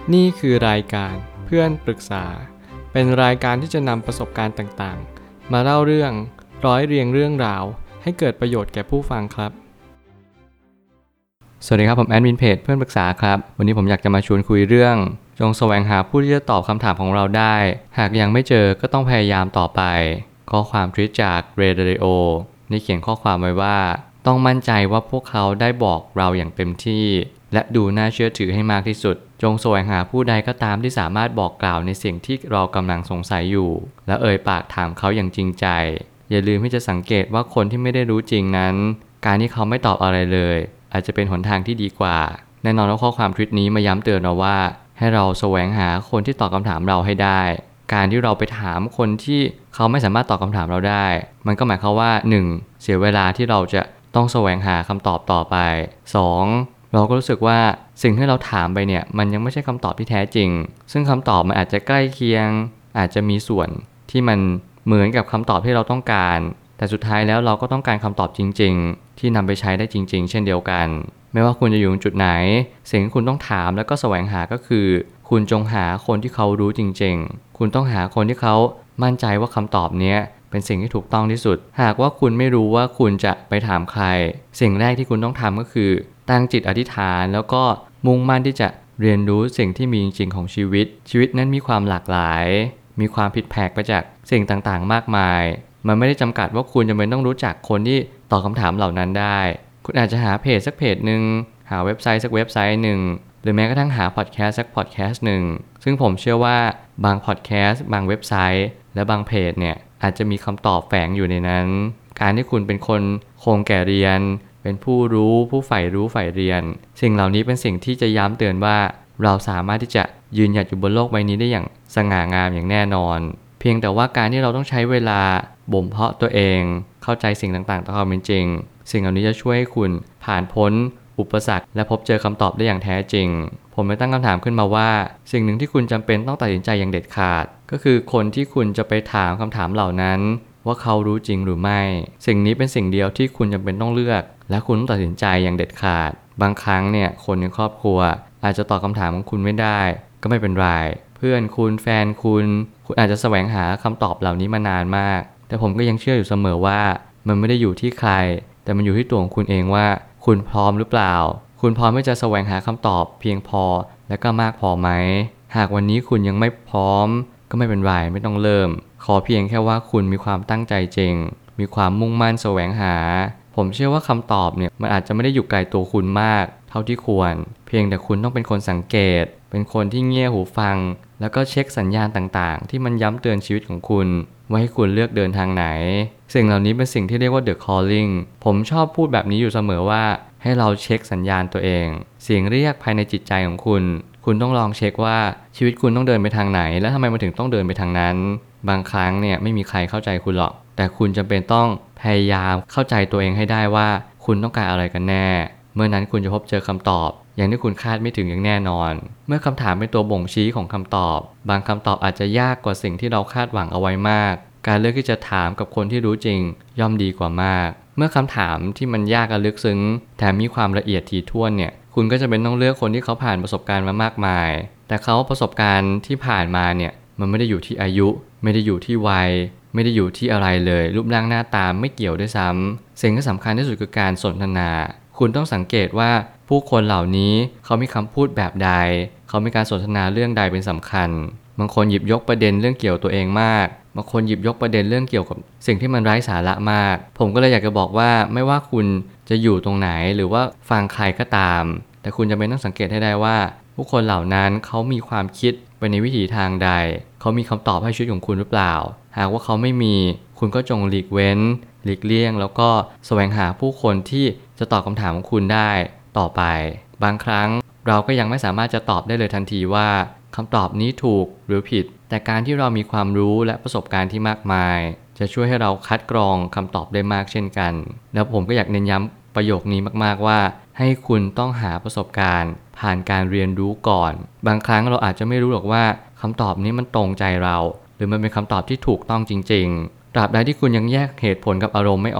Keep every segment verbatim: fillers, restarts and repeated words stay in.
นี่คือรายการเพื่อนปรึกษาเป็นรายการที่จะนำประสบการณ์ต่างๆมาเล่าเรื่องร้อยเรียงเรื่องราวให้เกิดประโยชน์แก่ผู้ฟังครับสวัสดีครับผมแอดมินเพจเพื่อนปรึกษาครับวันนี้ผมอยากจะมาชวนคุยเรื่องจงแสวงหาผู้ที่จะตอบคำถามของเราได้หากยังไม่เจอก็ต้องพยายามต่อไปข้อความทวิตจากเรเดโอได้เขียนข้อความไว้ว่าต้องมั่นใจว่าพวกเขาได้บอกเราอย่างเต็มที่และดูน่าเชื่อถือให้มากที่สุดจงแสวงหาผู้ใดก็ตามที่สามารถบอกกล่าวในสิ่งที่เรากำลังสงสัยอยู่และเอ่ยปากถามเขาอย่างจริงใจอย่าลืมที่จะสังเกตว่าคนที่ไม่ได้รู้จริงนั้นการที่เขาไม่ตอบอะไรเลยอาจจะเป็นหนทางที่ดีกว่าแน่นอนว่าข้อความทวิตนี้มาย้ำเตือนเราว่าให้เราแสวงหาคนที่ตอบคำถามเราให้ได้การที่เราไปถามคนที่เขาไม่สามารถตอบคำถามเราได้มันก็หมายความว่า หนึ่ง เสียเวลาที่เราจะต้องแสวงหาคำตอบต่อไป สองเราก็รู้สึกว่าสิ่งที่เราถามไปเนี่ยมันยังไม่ใช่คำตอบที่แท้จริงซึ่งคำตอบมันอาจจะใกล้เคียงอาจจะมีส่วนที่มันเหมือนกับคำตอบที่เราต้องการแต่สุดท้ายแล้วเราก็ต้องการคำตอบจริงๆที่นำไปใช้ได้จริงๆเช่นเดียวกันไม่ว่าคุณจะอยู่จุดไหนสิ่งที่คุณต้องถามแล้วก็แสวงหาก็คือคุณจงหาคนที่เขารู้จริงๆคุณต้องหาคนที่เขามั่นใจว่าคำตอบนี้เป็นสิ่งที่ถูกต้องที่สุดหากว่าคุณไม่รู้ว่าคุณจะไปถามใครสิ่งแรกที่คุณต้องทำก็คือตั้งจิตอธิษฐานแล้วก็มุ่งมั่นที่จะเรียนรู้สิ่งที่มีจริงๆของชีวิตชีวิตนั้นมีความหลากหลายมีความผิดแผกไปจากสิ่งต่างๆมากมายมันไม่ได้จำกัดว่าคุณจำเป็นต้องรู้จักคนที่ตอบคำถามเหล่านั้นได้คุณอาจจะหาเพจสักเพจหนึ่งหาเว็บไซต์สักเว็บไซต์หนึ่งหรือแม้กระทั่งหาพอดแคสต์สักพอดแคสต์หนึ่งซึ่งผมเชื่อว่าบางพอดแคสต์บางเว็บไซต์และบางเพจเนี่ยอาจจะมีคำตอบแฝงอยู่ในนั้นการที่คุณเป็นคนคงแก่เรียนเป็นผู้รู้ผู้ใฝ่รู้ใฝ่เรียนสิ่งเหล่านี้เป็นสิ่งที่จะย้ำเตือนว่าเราสามารถที่จะยืนหยัดอยู่บนโลกใบนี้ได้อย่างสง่างามอย่างแน่นอนเพียงแต่ว่าการที่เราต้องใช้เวลาบ่มเพาะตัวเองเข้าใจสิ่งต่างๆตามความเป็นจริงสิ่งเหล่านี้จะช่วยให้คุณผ่านพ้นอุปสรรคและพบเจอคำตอบได้อย่างแท้จริงผมเลยตั้งคำถามขึ้นมาว่าสิ่งหนึ่งที่คุณจำเป็นต้องตัดสินใจอย่างเด็ดขาดก็คือคนที่คุณจะไปถามคำถามเหล่านั้นว่าเขารู้จริงหรือไม่สิ่งนี้เป็นสิ่งเดียวที่คุณจำเป็นต้องเลือกและคุณต้องตัดสินใจอย่างเด็ดขาดบางครั้งเนี่ยคนในครอบครัวอาจจะตอบคำถามของคุณไม่ได้ก็ไม่เป็นไรเพื่อนคุณแฟนคุณคุณอาจจะแสวงหาคำตอบเหล่านี้มานานมากแต่ผมก็ยังเชื่ออยู่เสมอว่ามันไม่ได้อยู่ที่ใครแต่มันอยู่ที่ตัวของคุณเองว่าคุณพร้อมหรือเปล่าคุณพร้อมที่จะแสวงหาคำตอบเพียงพอและก็มากพอไหมหากวันนี้คุณยังไม่พร้อมก็ไม่เป็นไรไม่ต้องเริ่มขอเพียงแค่ว่าคุณมีความตั้งใจจริงมีความมุ่งมั่นแสวงหาผมเชื่อว่าคำตอบเนี่ยมันอาจจะไม่ได้อยู่ไกลตัวคุณมากเท่าที่ควรเพียงแต่คุณต้องเป็นคนสังเกตเป็นคนที่เงี่ยหูฟังแล้วก็เช็คสัญญาณต่างๆที่มันย้ำเตือนชีวิตของคุณว่าให้คุณเลือกเดินทางไหนสิ่งเหล่านี้เป็นสิ่งที่เรียกว่า the calling ผมชอบพูดแบบนี้อยู่เสมอว่าให้เราเช็คสัญญาณตัวเองเสียงเรียกภายในจิตใจของคุณคุณต้องลองเช็คว่าชีวิตคุณต้องเดินไปทางไหนและทำไมมันถึงต้องเดินไปทางนั้นบางครั้งเนี่ยไม่มีใครเข้าใจคุณหรอกแต่คุณจำเป็นต้องพยายามเข้าใจตัวเองให้ได้ว่าคุณต้องการอะไรกันแน่เมื่อนั้นคุณจะพบเจอคำตอบอย่างที่คุณคาดไม่ถึงอย่างแน่นอนเมื่อคำถามเป็นตัวบ่งชี้ของคำตอบบางคำตอบอาจจะยากกว่าสิ่งที่เราคาดหวังเอาไว้มากการเลือกที่จะถามกับคนที่รู้จริงย่อมดีกว่ามากเมื่อคำถามที่มันยากและลึกซึ้งแถมมีความละเอียดถี่ถ้วนเนี่ยคุณก็จะเป็นต้องเลือกคนที่เขาผ่านประสบการณ์มามากมายแต่เขาประสบการณ์ที่ผ่านมาเนี่ยมันไม่ได้อยู่ที่อายุไม่ได้อยู่ที่วัยไม่ได้อยู่ที่อะไรเลยรูปร่างหน้าตาไม่เกี่ยวด้วยซ้ำสิ่งที่สำคัญที่สุดคือการสนทนาคุณต้องสังเกตว่าผู้คนเหล่านี้เขามีคำพูดแบบใดเขามีการสนทนาเรื่องใดเป็นสำคัญบางคนหยิบยกประเด็นเรื่องเกี่ยวตัวเองมากบางคนหยิบยกประเด็นเรื่องเกี่ยวกับสิ่งที่มันไร้สาระมากผมก็เลยอยากจะบอกว่าไม่ว่าคุณจะอยู่ตรงไหนหรือว่าฟังใครก็ตามแต่คุณจะเป็นต้องสังเกตให้ได้ว่าผู้คนเหล่านั้นเขามีความคิดไปในวิถีทางใดเขามีคำตอบให้ชีวิตของคุณหรือเปล่าหากว่าเขาไม่มีคุณก็จงหลีกเว้นหลีกเลี่ยงแล้วก็แสวงหาผู้คนที่จะตอบคำถามของคุณได้ต่อไปบางครั้งเราก็ยังไม่สามารถจะตอบได้เลยทันทีว่าคำตอบนี้ถูกหรือผิดแต่การที่เรามีความรู้และประสบการณ์ที่มากมายจะช่วยให้เราคัดกรองคำตอบได้มากเช่นกันแล้วผมก็อยากเน้นย้ำประโยคนี้มากๆว่าให้คุณต้องหาประสบการณ์ผ่านการเรียนรู้ก่อนบางครั้งเราอาจจะไม่รู้หรอกว่าคำตอบนี้มันตรงใจเราหรือมันเป็นคำตอบที่ถูกต้องจริงๆตราบใดที่คุณยังแยกเหตุผลกับอารมณ์ไม่ออก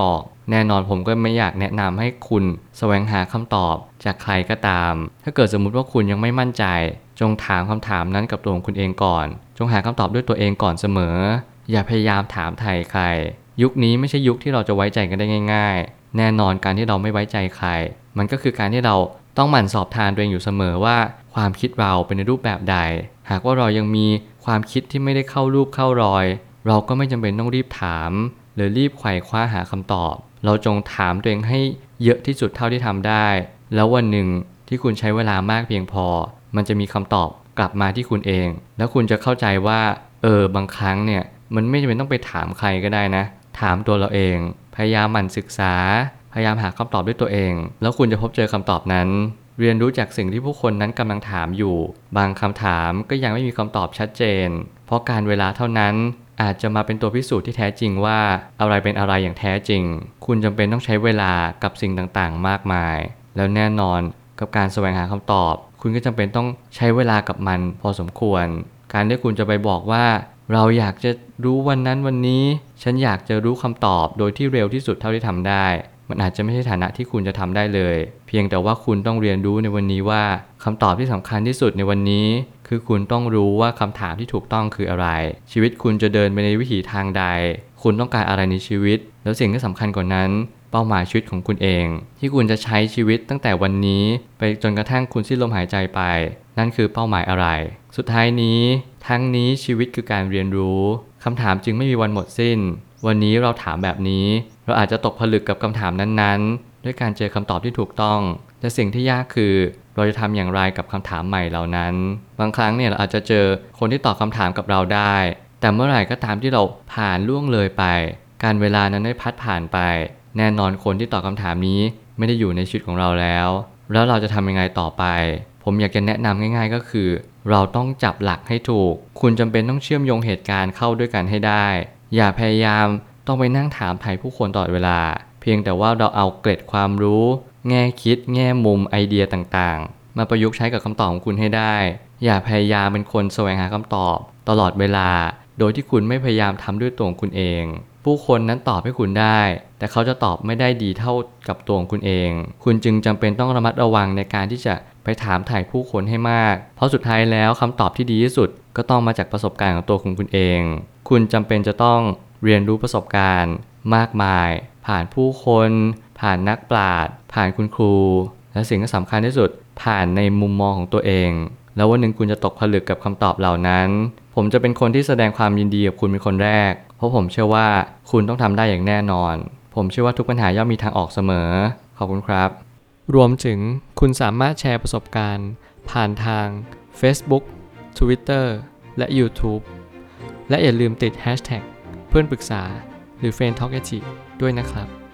แน่นอนผมก็ไม่อยากแนะนำให้คุณแสวงหาคำตอบจากใครก็ตามถ้าเกิดสมมุติว่าคุณยังไม่มั่นใจจงถามคำถามนั้นกับตัวของคุณเองก่อนจงหาคำตอบด้วยตัวเองก่อนเสมออย่าพยายามถามไถ่ใครยุคนี้ไม่ใช่ยุคที่เราจะไว้ใจกันได้ง่ายๆแน่นอนการที่เราไม่ไว้ใจใครมันก็คือการที่เราต้องหมั่นสอบทานตัวเองอยู่เสมอว่าความคิดเราเป็นในรูปแบบใดหากว่าเรายังมีความคิดที่ไม่ได้เข้ารูปเข้ารอยเราก็ไม่จำเป็นต้องรีบถามหรือรีบไขว่คว้าหาคำตอบเราจงถามตัวเองให้เยอะที่สุดเท่าที่ทำได้แล้ววันหนึ่งที่คุณใช้เวลามากเพียงพอมันจะมีคำตอบกลับมาที่คุณเองแล้วคุณจะเข้าใจว่าเออบางครั้งเนี่ยมันไม่จำเป็นต้องไปถามใครก็ได้นะถามตัวเราเองพยายามหมั่นศึกษาพยายามหาคำตอบด้วยตัวเองแล้วคุณจะพบเจอคำตอบนั้นเรียนรู้จากสิ่งที่ผู้คนนั้นกำลังถามอยู่บางคำถามก็ยังไม่มีคำตอบชัดเจนเพราะการเวลาเท่านั้นอาจจะมาเป็นตัวพิสูจน์ที่แท้จริงว่าอะไรเป็นอะไรอย่างแท้จริงคุณจำเป็นต้องใช้เวลากับสิ่งต่างๆมากมายแล้วแน่นอนกับการแสวงหาคำตอบคุณก็จำเป็นต้องใช้เวลากับมันพอสมควรการที่คุณจะไปบอกว่าเราอยากจะรู้วันนั้นวันนี้ฉันอยากจะรู้คำตอบโดยที่เร็วที่สุดเท่าที่ทำได้มันอาจจะไม่ใช่ฐานะที่คุณจะทำได้เลยเพียงแต่ว่าคุณต้องเรียนรู้ในวันนี้ว่าคำตอบที่สำคัญที่สุดในวันนี้คือคุณต้องรู้ว่าคำถามที่ถูกต้องคืออะไรชีวิตคุณจะเดินไปในวิถีทางใดคุณต้องการอะไรในชีวิตแล้วสิ่งที่สำคัญกว่านั้นเป้าหมายชีวิตของคุณเองที่คุณจะใช้ชีวิตตั้งแต่วันนี้ไปจนกระทั่งคุณสิ้นลมหายใจไปนั่นคือเป้าหมายอะไรสุดท้ายนี้ทั้งนี้ชีวิตคือการเรียนรู้คำถามจึงไม่มีวันหมดสิ้นวันนี้เราถามแบบนี้เราอาจจะตกผลึกกับคำถามนั้นๆด้วยการเจอคำตอบที่ถูกต้องแต่สิ่งที่ยากคือเราจะทำอย่างไรกับคำถามใหม่เหล่านั้นบางครั้งเนี่ยเราอาจจะเจอคนที่ตอบคำถามกับเราได้แต่เมื่อไหร่ก็ตามที่เราผ่านล่วงเลยไปการเวลานั้นได้พัดผ่านไปแน่นอนคนที่ตอบคำถามนี้ไม่ได้อยู่ในชีวิตของเราแล้วแล้วเราจะทำยังไงต่อไปผมอยากจะแนะนำง่ายๆก็คือเราต้องจับหลักให้ถูกคุณจำเป็นต้องเชื่อมโยงเหตุการณ์เข้าด้วยกันให้ได้อย่าพยายามต้องไปนั่งถามไถ่ผู้คนตลอดเวลาเพียงแต่ว่าเราเอาเกร็ดความรู้แง่คิดแง่มุมไอเดียต่างๆมาประยุกต์ใช้กับคำตอบของคุณให้ได้อย่าพยายามเป็นคนแสวงหาคำตอบตลอดเวลาโดยที่คุณไม่พยายามทำด้วยตัวของคุณเองผู้คนนั้นตอบให้คุณได้แต่เขาจะตอบไม่ได้ดีเท่ากับตัวของคุณเองคุณจึงจำเป็นต้องระมัดระวังในการที่จะไปถามถ่ายผู้คนให้มากเพราะสุดท้ายแล้วคำตอบที่ดีที่สุดก็ต้องมาจากประสบการณ์ของตัวของคุณเองคุณจำเป็นจะต้องเรียนรู้ประสบการณ์มากมายผ่านผู้คนผ่านนักปราชญ์ผ่านคุณครูและสิ่งที่สำคัญที่สุดผ่านในมุมมองของตัวเองแล้ววันหนึ่งคุณจะตกผลึกกับคำตอบเหล่านั้นผมจะเป็นคนที่แสดงความยินดีกับคุณเป็นคนแรกเพราะผมเชื่อว่าคุณต้องทำได้อย่างแน่นอนผมเชื่อว่าทุกปัญหาย่อมมีทางออกเสมอขอบคุณครับรวมถึงคุณสามารถแชร์ประสบการณ์ผ่านทาง Facebook Twitter และ YouTube และอย่าลืมติด แฮชแท็ก เพื่อนปรึกษาหรือ เฟรนด์ ทอล์ก ด้วยนะครับ